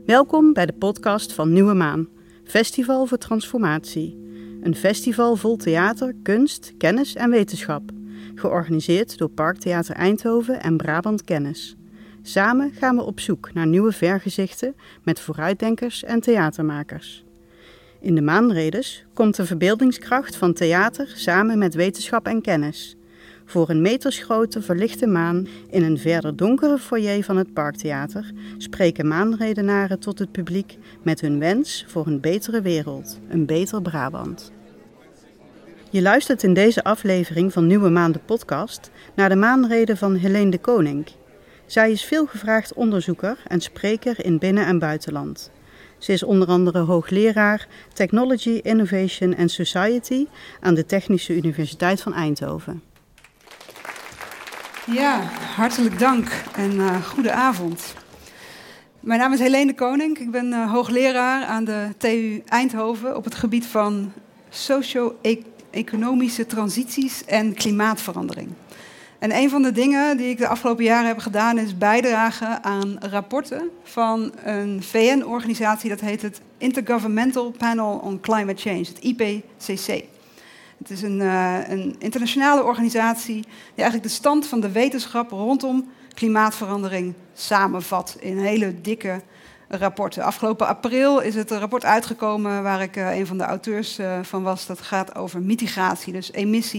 Welkom bij de podcast van Nieuwe Maan, Festival voor Transformatie. Een festival vol theater, kunst, kennis en wetenschap. Georganiseerd door Parktheater Eindhoven en Brabant Kennis. Samen gaan we op zoek naar nieuwe vergezichten met vooruitdenkers en theatermakers. In de Maanredes komt de verbeeldingskracht van theater samen met wetenschap en kennis. Voor een metersgrote verlichte maan in een verder donkere foyer van het Parktheater spreken maanredenaren tot het publiek met hun wens voor een betere wereld, een beter Brabant. Je luistert in deze aflevering van Nieuwe Maan de podcast naar de maanrede van Helene de Koninck. Zij is veelgevraagd onderzoeker en spreker in binnen- en buitenland. Ze is onder andere hoogleraar Technology, Innovation and Society aan de Technische Universiteit van Eindhoven. Ja, hartelijk dank en goede avond. Mijn naam is Helene de Koninck. Ik ben hoogleraar aan de TU Eindhoven op het gebied van socio-economische transities en klimaatverandering. En een van de dingen die ik de afgelopen jaren heb gedaan is bijdragen aan rapporten van een VN-organisatie, dat heet het Intergovernmental Panel on Climate Change, het IPCC. Het is een internationale organisatie die eigenlijk de stand van de wetenschap rondom klimaatverandering samenvat in hele dikke rapporten. Afgelopen april is het een rapport uitgekomen waar ik een van de auteurs van was. Dat gaat over mitigatie, dus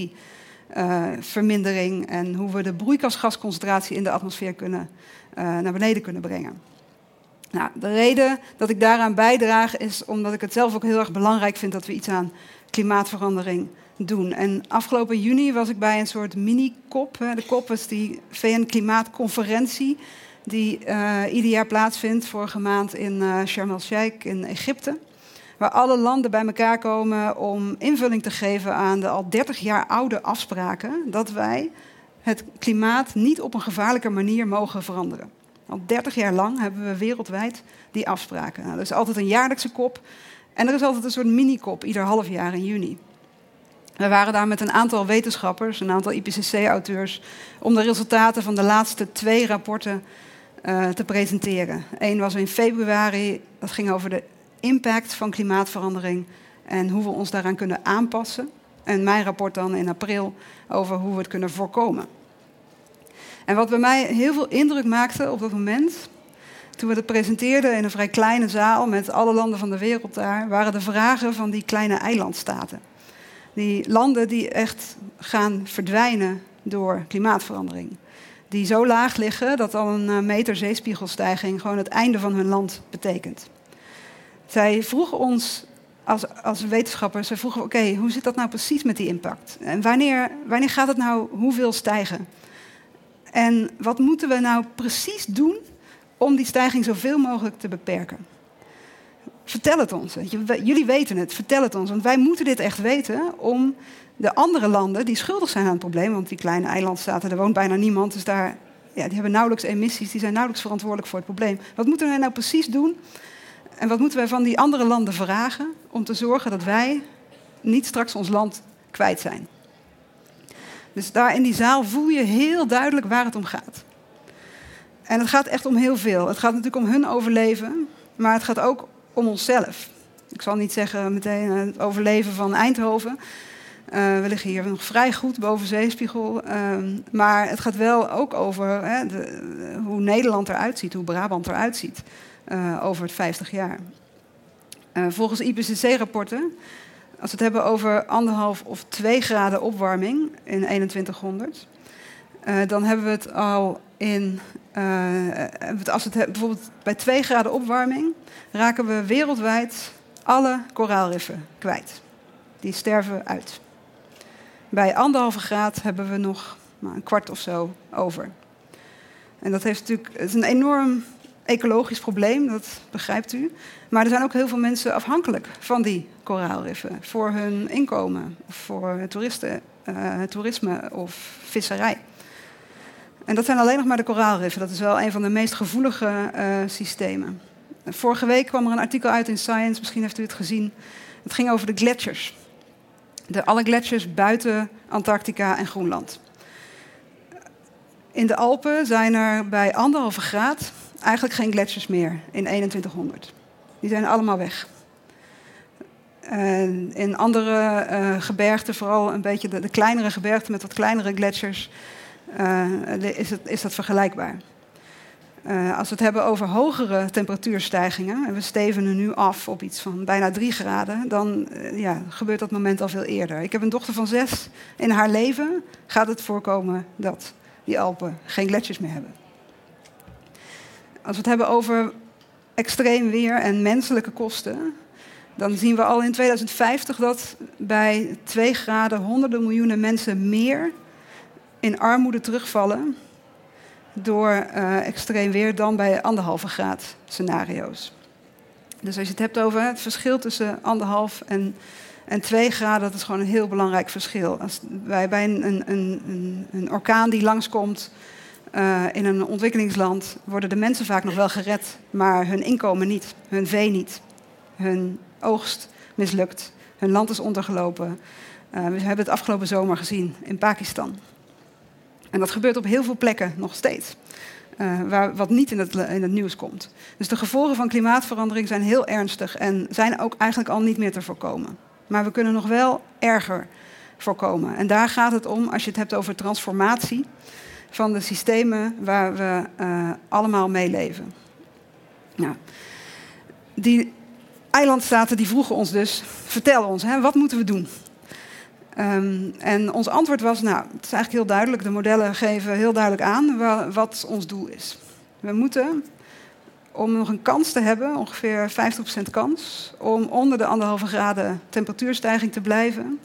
emissievermindering en hoe we de broeikasgasconcentratie in de atmosfeer naar beneden kunnen brengen. Nou, de reden dat ik daaraan bijdraag is omdat ik het zelf ook heel erg belangrijk vind dat we iets aan klimaatverandering doen. En afgelopen juni was ik bij een soort mini-COP. De COP is die VN-klimaatconferentie die ieder jaar plaatsvindt, vorige maand in Sharm el-Sheikh in Egypte. Waar alle landen bij elkaar komen om invulling te geven aan de al 30 jaar oude afspraken dat wij het klimaat niet op een gevaarlijke manier mogen veranderen. Al 30 jaar lang hebben we wereldwijd die afspraken. Nou, er is altijd een jaarlijkse COP en er is altijd een soort mini-COP ieder half jaar in juni. We waren daar met een aantal wetenschappers, een aantal IPCC-auteurs, om de resultaten van de laatste 2 rapporten te presenteren. Eén was in februari, dat ging over de impact van klimaatverandering en hoe we ons daaraan kunnen aanpassen. En mijn rapport dan in april over hoe we het kunnen voorkomen. En wat bij mij heel veel indruk maakte op dat moment, toen we het presenteerden in een vrij kleine zaal met alle landen van de wereld daar, waren de vragen van die kleine eilandstaten. Die landen die echt gaan verdwijnen door klimaatverandering. Die zo laag liggen dat al een meter zeespiegelstijging gewoon het einde van hun land betekent. Zij vroegen ons als wetenschappers, oké, hoe zit dat nou precies met die impact? En wanneer gaat het nou hoeveel stijgen? En wat moeten we nou precies doen om die stijging zoveel mogelijk te beperken? Vertel het ons. Jullie weten het, vertel het ons. Want wij moeten dit echt weten om de andere landen die schuldig zijn aan het probleem, want die kleine eilandstaten, daar woont bijna niemand, dus die hebben nauwelijks emissies, die zijn nauwelijks verantwoordelijk voor het probleem. Wat moeten wij nou precies doen? En wat moeten wij van die andere landen vragen om te zorgen dat wij niet straks ons land kwijt zijn? Dus daar in die zaal voel je heel duidelijk waar het om gaat. En het gaat echt om heel veel. Het gaat natuurlijk om hun overleven, maar het gaat ook om onszelf. Ik zal niet zeggen meteen het overleven van Eindhoven. We liggen hier nog vrij goed boven zeespiegel. Maar het gaat wel ook over hoe Nederland eruit ziet, hoe Brabant eruit ziet over het 50 jaar. Volgens IPCC-rapporten, als we het hebben over 1,5 of 2 graden opwarming in 2100... dan hebben we het al in... bijvoorbeeld bij 2 graden opwarming raken we wereldwijd alle koraalriffen kwijt. Die sterven uit. Bij 1,5 graad hebben we nog een kwart of zo over. En dat het is een enorm ecologisch probleem, dat begrijpt u. Maar er zijn ook heel veel mensen afhankelijk van die koraalriffen. Voor hun inkomen, of voor toerisme of visserij. En dat zijn alleen nog maar de koraalriffen. Dat is wel een van de meest gevoelige systemen. Vorige week kwam er een artikel uit in Science, misschien heeft u het gezien. Het ging over de gletsjers. Alle gletsjers buiten Antarctica en Groenland. In de Alpen zijn er bij 1,5 graad eigenlijk geen gletsjers meer in 2100. Die zijn allemaal weg. In andere gebergten, vooral een beetje de kleinere gebergten met wat kleinere gletsjers, is dat vergelijkbaar. Als we het hebben over hogere temperatuurstijgingen, en we stevenen nu af op iets van bijna 3 graden, dan gebeurt dat moment al veel eerder. Ik heb een dochter van 6. In haar leven gaat het voorkomen dat die Alpen geen gletsjers meer hebben. Als we het hebben over extreem weer en menselijke kosten, dan zien we al in 2050 dat bij 2 graden honderden miljoenen mensen meer in armoede terugvallen door extreem weer dan bij 1,5 graad scenario's. Dus als je het hebt over het verschil tussen 1,5 en 2 graden, dat is gewoon een heel belangrijk verschil. Als bij een orkaan die langskomt in een ontwikkelingsland, worden de mensen vaak nog wel gered, maar hun inkomen niet, hun vee niet, hun oogst mislukt, hun land is ondergelopen. We hebben het afgelopen zomer gezien in Pakistan. En dat gebeurt op heel veel plekken nog steeds, wat niet in het nieuws komt. Dus de gevolgen van klimaatverandering zijn heel ernstig en zijn ook eigenlijk al niet meer te voorkomen. Maar we kunnen nog wel erger voorkomen. En daar gaat het om als je het hebt over transformatie van de systemen waar we allemaal mee leven. Nou, die eilandstaten die vroegen ons dus, vertel ons, wat moeten we doen? En ons antwoord was, het is eigenlijk heel duidelijk. De modellen geven heel duidelijk aan wat ons doel is. We moeten, om nog een kans te hebben, ongeveer 50% kans, om onder de 1,5 graden temperatuurstijging te blijven,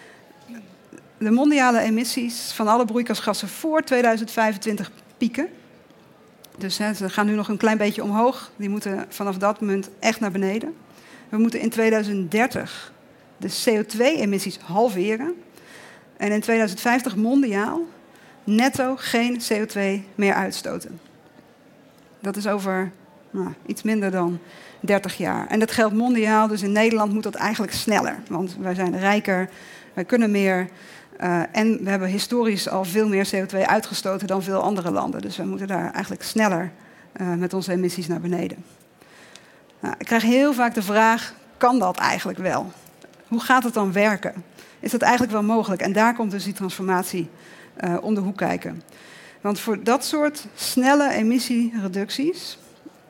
de mondiale emissies van alle broeikasgassen voor 2025 pieken. Dus ze gaan nu nog een klein beetje omhoog. Die moeten vanaf dat moment echt naar beneden. We moeten in 2030 de CO2-emissies halveren. En in 2050 mondiaal netto geen CO2 meer uitstoten. Dat is over iets minder dan 30 jaar. En dat geldt mondiaal, dus in Nederland moet dat eigenlijk sneller. Want wij zijn rijker, wij kunnen meer. En we hebben historisch al veel meer CO2 uitgestoten dan veel andere landen. Dus we moeten daar eigenlijk sneller met onze emissies naar beneden. Ik krijg heel vaak de vraag, kan dat eigenlijk wel? Hoe gaat het dan werken? Is dat eigenlijk wel mogelijk? En daar komt dus die transformatie om de hoek kijken. Want voor dat soort snelle emissiereducties,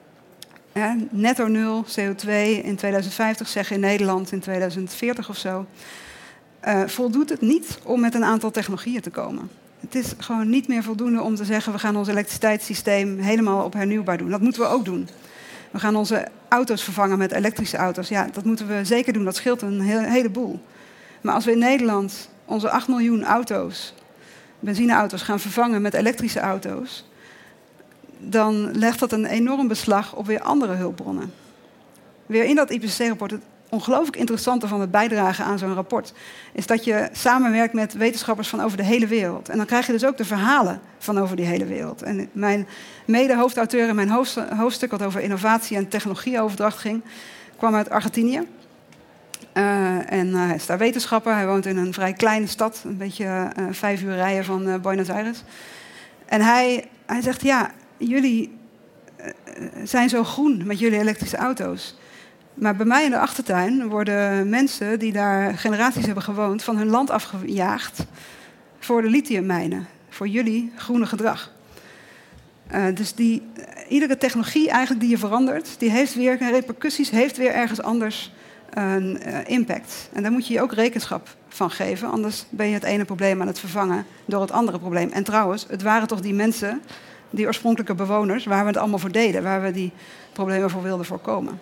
netto nul CO2 in 2050, zeggen in Nederland in 2040 of zo, voldoet het niet om met een aantal technologieën te komen. Het is gewoon niet meer voldoende om te zeggen, we gaan ons elektriciteitssysteem helemaal op hernieuwbaar doen. Dat moeten we ook doen. We gaan onze auto's vervangen met elektrische auto's. Ja, dat moeten we zeker doen. Dat scheelt een heleboel. Maar als we in Nederland onze 8 miljoen auto's, benzineauto's, gaan vervangen met elektrische auto's, dan legt dat een enorm beslag op weer andere hulpbronnen. Weer in dat IPCC-rapport, het ongelooflijk interessante van het bijdragen aan zo'n rapport, is dat je samenwerkt met wetenschappers van over de hele wereld. En dan krijg je dus ook de verhalen van over die hele wereld. En mijn mede-hoofdauteur in mijn hoofdstuk, wat over innovatie en technologieoverdracht ging, kwam uit Argentinië. En hij is daar wetenschapper. Hij woont in een vrij kleine stad, een beetje 5 uur rijden van Buenos Aires. En hij zegt, jullie zijn zo groen met jullie elektrische auto's. Maar bij mij in de achtertuin worden mensen die daar generaties hebben gewoond van hun land afgejaagd voor de lithiummijnen, voor jullie groene gedrag. Dus iedere technologie eigenlijk die je verandert, die heeft weer repercussies, heeft weer ergens anders een impact. En daar moet je je ook rekenschap van geven, anders ben je het ene probleem aan het vervangen door het andere probleem. En trouwens, het waren toch die mensen, die oorspronkelijke bewoners, waar we het allemaal voor deden, waar we die problemen voor wilden voorkomen.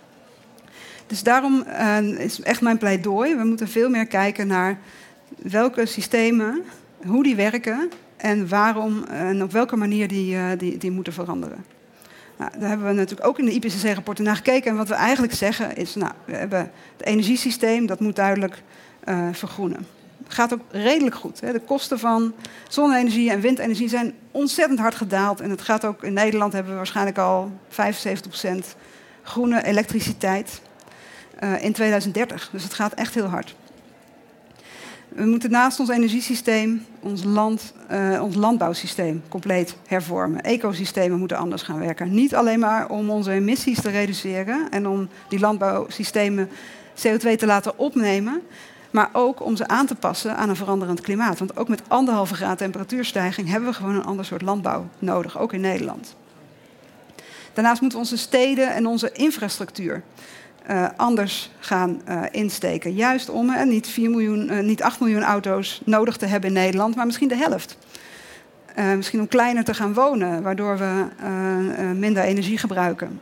Dus daarom is echt mijn pleidooi. We moeten veel meer kijken naar welke systemen, hoe die werken en waarom en op welke manier die moeten veranderen. Nou, daar hebben we natuurlijk ook in de IPCC-rapporten naar gekeken. En wat we eigenlijk zeggen is, we hebben het energiesysteem, dat moet duidelijk vergroenen. Het gaat ook redelijk goed. Hè. De kosten van zonne-energie en windenergie zijn ontzettend hard gedaald. En het gaat ook in Nederland hebben we waarschijnlijk al 75% groene elektriciteit in 2030. Dus het gaat echt heel hard. We moeten naast ons energiesysteem ons landbouwsysteem compleet hervormen. Ecosystemen moeten anders gaan werken. Niet alleen maar om onze emissies te reduceren en om die landbouwsystemen CO2 te laten opnemen, maar ook om ze aan te passen aan een veranderend klimaat. Want ook met 1,5 graad temperatuurstijging hebben we gewoon een ander soort landbouw nodig, ook in Nederland. Daarnaast moeten we onze steden en onze infrastructuur anders gaan insteken. Juist om niet 8 miljoen auto's nodig te hebben in Nederland, maar misschien de helft. Misschien om kleiner te gaan wonen, waardoor we minder energie gebruiken.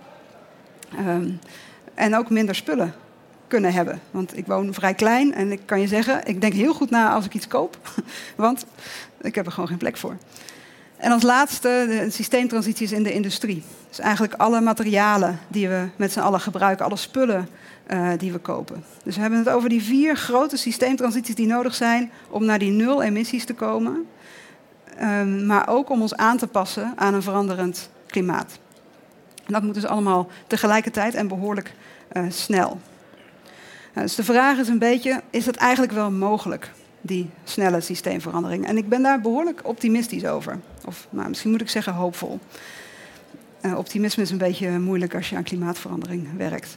En ook minder spullen kunnen hebben. Want ik woon vrij klein en ik kan je zeggen, ik denk heel goed na als ik iets koop. Want ik heb er gewoon geen plek voor. En als laatste de systeemtransities in de industrie. Dus eigenlijk alle materialen die we met z'n allen gebruiken, alle spullen die we kopen. Dus we hebben het over die 4 grote systeemtransities die nodig zijn om naar die 0 emissies te komen. Maar ook om ons aan te passen aan een veranderend klimaat. En dat moet dus allemaal tegelijkertijd en behoorlijk snel. Dus de vraag is een beetje, is het eigenlijk wel mogelijk, die snelle systeemverandering? En ik ben daar behoorlijk optimistisch over. Of misschien moet ik zeggen hoopvol. Optimisme is een beetje moeilijk als je aan klimaatverandering werkt.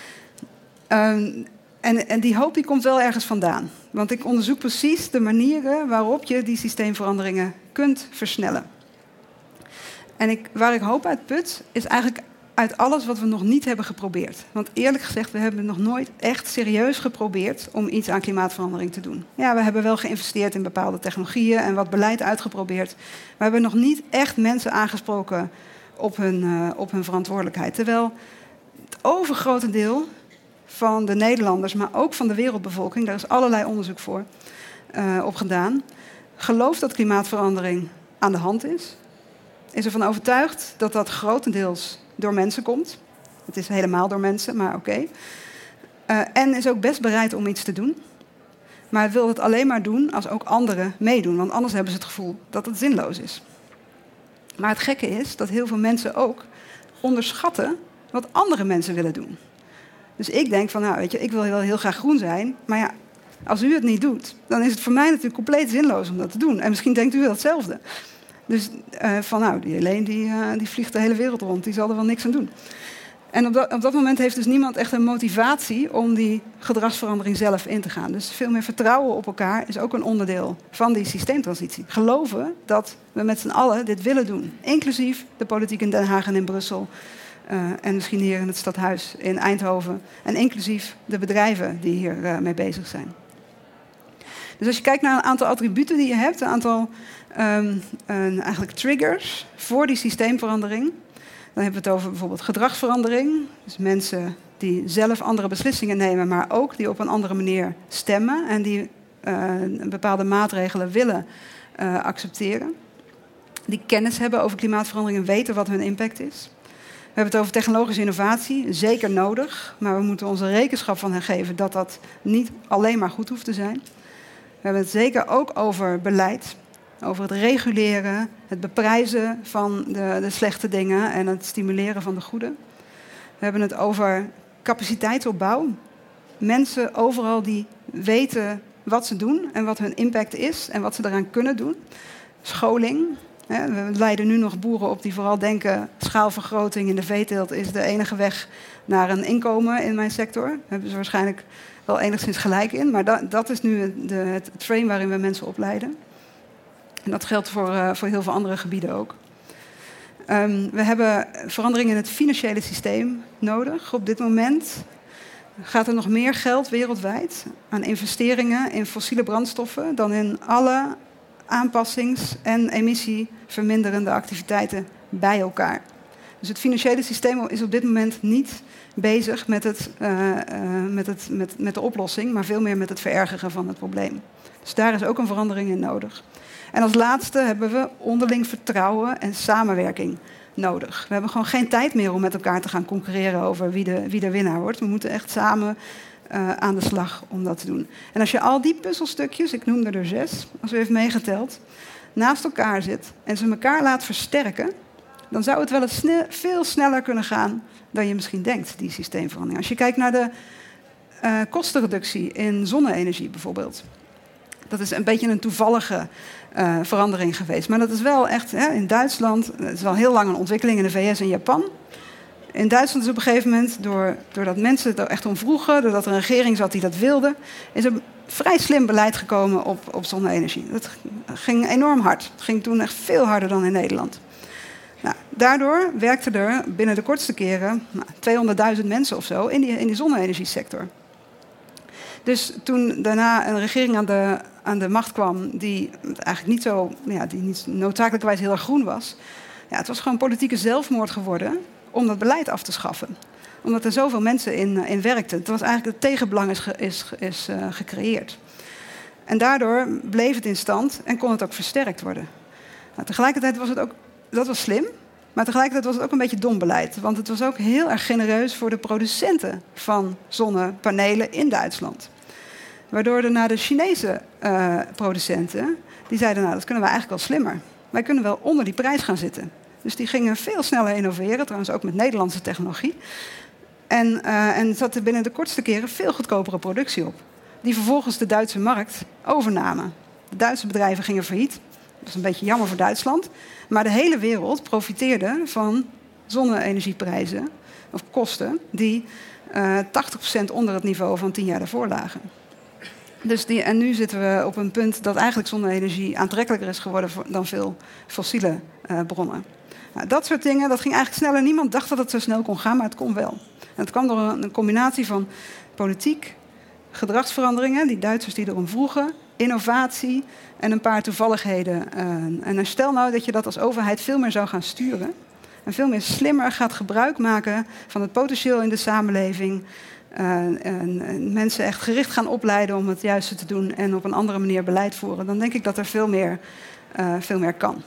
En die hoop die komt wel ergens vandaan. Want ik onderzoek precies de manieren waarop je die systeemveranderingen kunt versnellen. En waar ik hoop uit put, is eigenlijk uit alles wat we nog niet hebben geprobeerd. Want eerlijk gezegd, we hebben nog nooit echt serieus geprobeerd om iets aan klimaatverandering te doen. Ja, we hebben wel geïnvesteerd in bepaalde technologieën en wat beleid uitgeprobeerd. Maar we hebben nog niet echt mensen aangesproken op hun verantwoordelijkheid. Terwijl het overgrote deel van de Nederlanders, maar ook van de wereldbevolking, daar is allerlei onderzoek voor op gedaan, gelooft dat klimaatverandering aan de hand is ervan overtuigd dat dat grotendeels door mensen komt. Het is helemaal door mensen, maar oké. En is ook best bereid om iets te doen. Maar wil het alleen maar doen als ook anderen meedoen. Want anders hebben ze het gevoel dat het zinloos is. Maar het gekke is dat heel veel mensen ook onderschatten wat andere mensen willen doen. Dus ik denk van, nou weet je, ik wil wel heel graag groen zijn. Maar ja, als u het niet doet, dan is het voor mij natuurlijk compleet zinloos om dat te doen. En misschien denkt u wel hetzelfde. Dus die Helene die vliegt de hele wereld rond, die zal er wel niks aan doen. En op dat moment heeft dus niemand echt een motivatie om die gedragsverandering zelf in te gaan. Dus veel meer vertrouwen op elkaar is ook een onderdeel van die systeemtransitie. Geloven dat we met z'n allen dit willen doen. Inclusief de politiek in Den Haag en in Brussel. En misschien hier in het stadhuis in Eindhoven. En inclusief de bedrijven die hier mee bezig zijn. Dus als je kijkt naar een aantal attributen die je hebt, een aantal eigenlijk triggers voor die systeemverandering. Dan hebben we het over bijvoorbeeld gedragsverandering. Dus mensen die zelf andere beslissingen nemen, maar ook die op een andere manier stemmen en die bepaalde maatregelen willen accepteren. Die kennis hebben over klimaatverandering en weten wat hun impact is. We hebben het over technologische innovatie, zeker nodig, maar we moeten onze rekenschap van hen geven dat dat niet alleen maar goed hoeft te zijn. We hebben het zeker ook over beleid. Over het reguleren, het beprijzen van de slechte dingen en het stimuleren van de goede. We hebben het over capaciteitsopbouw. Mensen overal die weten wat ze doen en wat hun impact is en wat ze daaraan kunnen doen. Scholing. We leiden nu nog boeren op die vooral denken, schaalvergroting in de veeteelt is de enige weg naar een inkomen in mijn sector. Daar hebben ze waarschijnlijk wel enigszins gelijk in, maar dat is nu het frame waarin we mensen opleiden. En dat geldt voor heel veel andere gebieden ook. We hebben verandering in het financiële systeem nodig. Op dit moment gaat er nog meer geld wereldwijd aan investeringen in fossiele brandstoffen dan in alle aanpassings- en emissieverminderende activiteiten bij elkaar. Dus het financiële systeem is op dit moment niet bezig met de oplossing, maar veel meer met het verergeren van het probleem. Dus daar is ook een verandering in nodig. En als laatste hebben we onderling vertrouwen en samenwerking nodig. We hebben gewoon geen tijd meer om met elkaar te gaan concurreren over wie de winnaar wordt. We moeten echt samen aan de slag om dat te doen. En als je al die puzzelstukjes, ik noemde er 6, als u heeft meegeteld, naast elkaar zit en ze elkaar laat versterken, dan zou het wel eens veel sneller kunnen gaan dan je misschien denkt, die systeemverandering. Als je kijkt naar de kostenreductie in zonne-energie bijvoorbeeld. Dat is een beetje een toevallige verandering geweest. Maar dat is wel echt in Duitsland, het is wel heel lang een ontwikkeling in de VS en Japan. In Duitsland is op een gegeven moment, doordat mensen er echt om vroegen, doordat er een regering zat die dat wilde, is er vrij slim beleid gekomen op zonne-energie. Dat ging enorm hard. Het ging toen echt veel harder dan in Nederland. Nou, daardoor werkten er binnen de kortste keren 200.000 mensen of zo in die zonne-energiesector. Dus toen daarna een regering aan de macht kwam die eigenlijk niet zo, die niet noodzakelijkerwijs heel erg groen was. Ja, het was gewoon politieke zelfmoord geworden om dat beleid af te schaffen. Omdat er zoveel mensen in werkten. Het was eigenlijk het tegenbelang is gecreëerd. En daardoor bleef het in stand en kon het ook versterkt worden. Nou, tegelijkertijd was het ook, dat was slim, maar tegelijkertijd was het ook een beetje dom beleid. Want het was ook heel erg genereus voor de producenten van zonnepanelen in Duitsland. Waardoor er naar de Chinese producenten, die zeiden, nou, dat kunnen we eigenlijk wel slimmer. Wij kunnen wel onder die prijs gaan zitten. Dus die gingen veel sneller innoveren, trouwens ook met Nederlandse technologie. En zaten binnen de kortste keren veel goedkopere productie op. Die vervolgens de Duitse markt overnamen. De Duitse bedrijven gingen failliet. Dat is een beetje jammer voor Duitsland. Maar de hele wereld profiteerde van zonne-energieprijzen, of kosten, die 80% onder het niveau van 10 jaar daarvoor lagen. Dus en nu zitten we op een punt dat eigenlijk zonne-energie aantrekkelijker is geworden dan veel fossiele bronnen. Nou, dat soort dingen, dat ging eigenlijk sneller. Niemand dacht dat het zo snel kon gaan, maar het kon wel. En het kwam door een combinatie van politiek, gedragsveranderingen, die Duitsers die erom vroegen, innovatie en een paar toevalligheden. En dan stel nou dat je dat als overheid veel meer zou gaan sturen en veel meer slimmer gaat gebruik maken van het potentieel in de samenleving. En mensen echt gericht gaan opleiden om het juiste te doen en op een andere manier beleid voeren, dan denk ik dat er veel meer kan.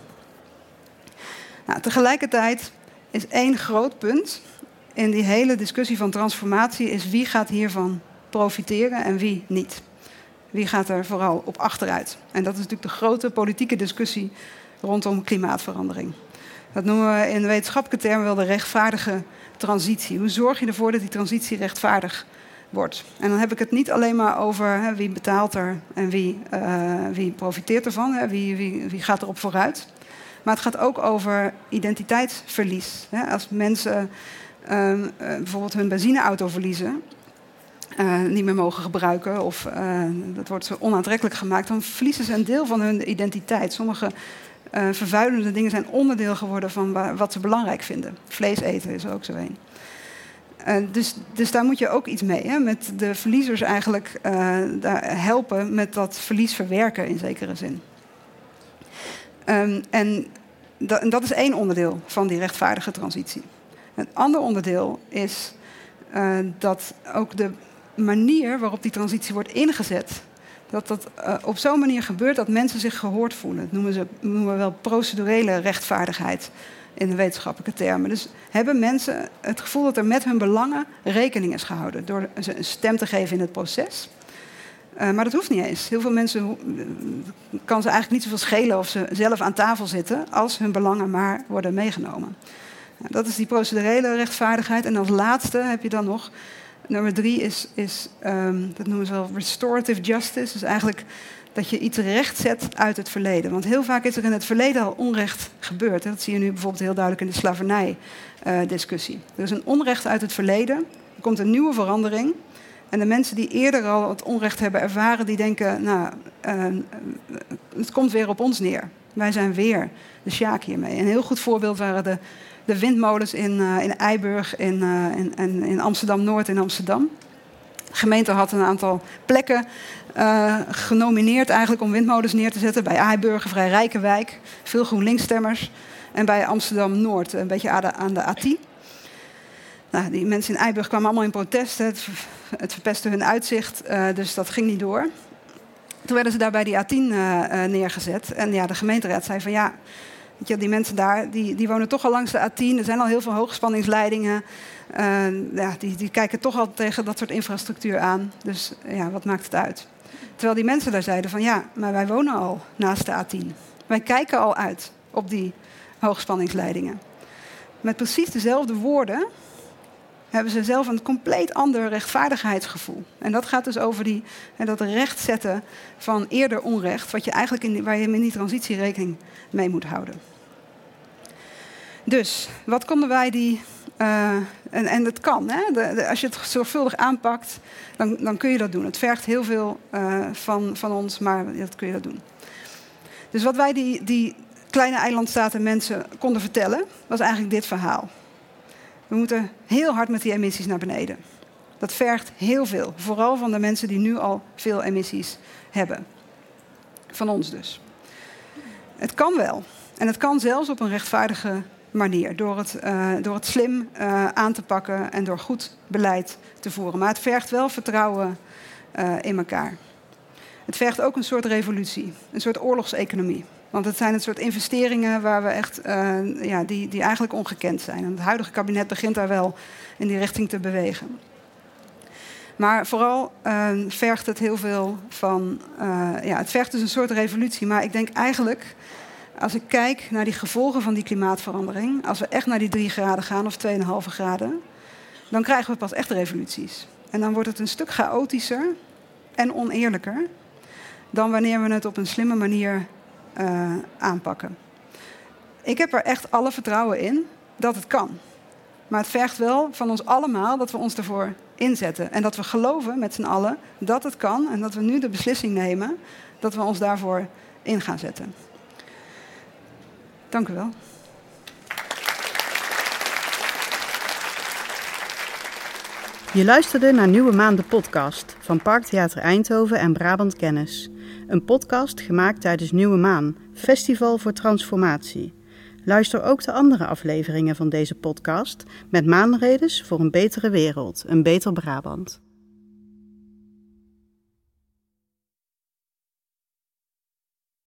Nou, tegelijkertijd is één groot punt in die hele discussie van transformatie is wie gaat hiervan profiteren en wie niet. Wie gaat er vooral op achteruit? En dat is natuurlijk de grote politieke discussie rondom klimaatverandering. Dat noemen we in wetenschappelijke termen wel de rechtvaardige transitie. Hoe zorg je ervoor dat die transitie rechtvaardig wordt? En dan heb ik het niet alleen maar over wie betaalt er en wie profiteert ervan, wie gaat erop vooruit. Maar het gaat ook over identiteitsverlies. Als mensen bijvoorbeeld hun benzineauto verliezen, niet meer mogen gebruiken of dat wordt zo onaantrekkelijk gemaakt, dan verliezen ze een deel van hun identiteit. Sommige vervuilende dingen zijn onderdeel geworden van wat ze belangrijk vinden. Vlees eten is er ook zo een. Dus daar moet je ook iets mee. Hè? Met de verliezers eigenlijk daar helpen met dat verlies verwerken in zekere zin. En dat is één onderdeel van die rechtvaardige transitie. Een ander onderdeel is dat ook de manier waarop die transitie wordt ingezet, dat op zo'n manier gebeurt dat mensen zich gehoord voelen. Dat noemen we wel procedurele rechtvaardigheid in de wetenschappelijke termen. Dus hebben mensen het gevoel dat er met hun belangen rekening is gehouden door ze een stem te geven in het proces. Maar dat hoeft niet eens. Heel veel mensen kan ze eigenlijk niet zoveel schelen of ze zelf aan tafel zitten als hun belangen maar worden meegenomen. Nou, dat is die procedurele rechtvaardigheid. En als laatste heb je dan nog, nummer 3 is dat noemen ze wel restorative justice. Dus eigenlijk dat je iets rechtzet uit het verleden. Want heel vaak is er in het verleden al onrecht gebeurd. Dat zie je nu bijvoorbeeld heel duidelijk in de slavernij-discussie. Er is een onrecht uit het verleden. Er komt een nieuwe verandering. En de mensen die eerder al het onrecht hebben ervaren, die denken, nou, het komt weer op ons neer. Wij zijn weer de sjaak hiermee. Een heel goed voorbeeld waren de windmolens in Eiburg en in Amsterdam-Noord in Amsterdam. De gemeente had een aantal plekken genomineerd eigenlijk om windmolens neer te zetten. Bij Eiburg, een vrij rijke wijk, veel GroenLinks-stemmers. En bij Amsterdam-Noord, een beetje aan de A10. Nou, die mensen in Eiburg kwamen allemaal in protest. Het verpestte hun uitzicht, dus dat ging niet door. Toen werden ze daar bij die A10 neergezet. En ja, de gemeenteraad zei van ja, weet je, die mensen daar, die wonen toch al langs de A10. Er zijn al heel veel hoogspanningsleidingen. Die kijken toch al tegen dat soort infrastructuur aan. Dus ja, wat maakt het uit? Terwijl die mensen daar zeiden van ja, maar wij wonen al naast de A10. Wij kijken al uit op die hoogspanningsleidingen. Met precies dezelfde woorden hebben ze zelf een compleet ander rechtvaardigheidsgevoel. En dat gaat dus over dat rechtzetten van eerder onrecht, wat je eigenlijk waar je in die transitie rekening mee moet houden. Dus, wat konden wij en dat kan, hè? Als je het zorgvuldig aanpakt, dan kun je dat doen. Het vergt heel veel van ons, maar dat kun je dat doen. Dus wat wij die kleine eilandstaten mensen konden vertellen, was eigenlijk dit verhaal. We moeten heel hard met die emissies naar beneden. Dat vergt heel veel, vooral van de mensen die nu al veel emissies hebben. Van ons dus. Het kan wel. En het kan zelfs op een rechtvaardige manier. Door het slim aan te pakken en door goed beleid te voeren. Maar het vergt wel vertrouwen in elkaar. Het vergt ook een soort revolutie. Een soort oorlogseconomie. Want het zijn een soort investeringen waar we echt, die eigenlijk ongekend zijn. En het huidige kabinet begint daar wel in die richting te bewegen. Maar vooral vergt het heel veel van... het vergt dus een soort revolutie. Maar ik denk eigenlijk, als ik kijk naar die gevolgen van die klimaatverandering... als we echt naar die 3 graden gaan of 2,5 graden... dan krijgen we pas echt revoluties. En dan wordt het een stuk chaotischer en oneerlijker... dan wanneer we het op een slimme manier aanpakken. Ik heb er echt alle vertrouwen in dat het kan. Maar het vergt wel van ons allemaal dat we ons ervoor inzetten. En dat we geloven met z'n allen dat het kan. En dat we nu de beslissing nemen dat we ons daarvoor in gaan zetten. Dank u wel. Je luisterde naar Nieuwe Maan, de podcast van Parktheater Eindhoven en Brabant Kennis. Een podcast gemaakt tijdens Nieuwe Maan, Festival voor Transformatie. Luister ook de andere afleveringen van deze podcast met maanredes voor een betere wereld, een beter Brabant.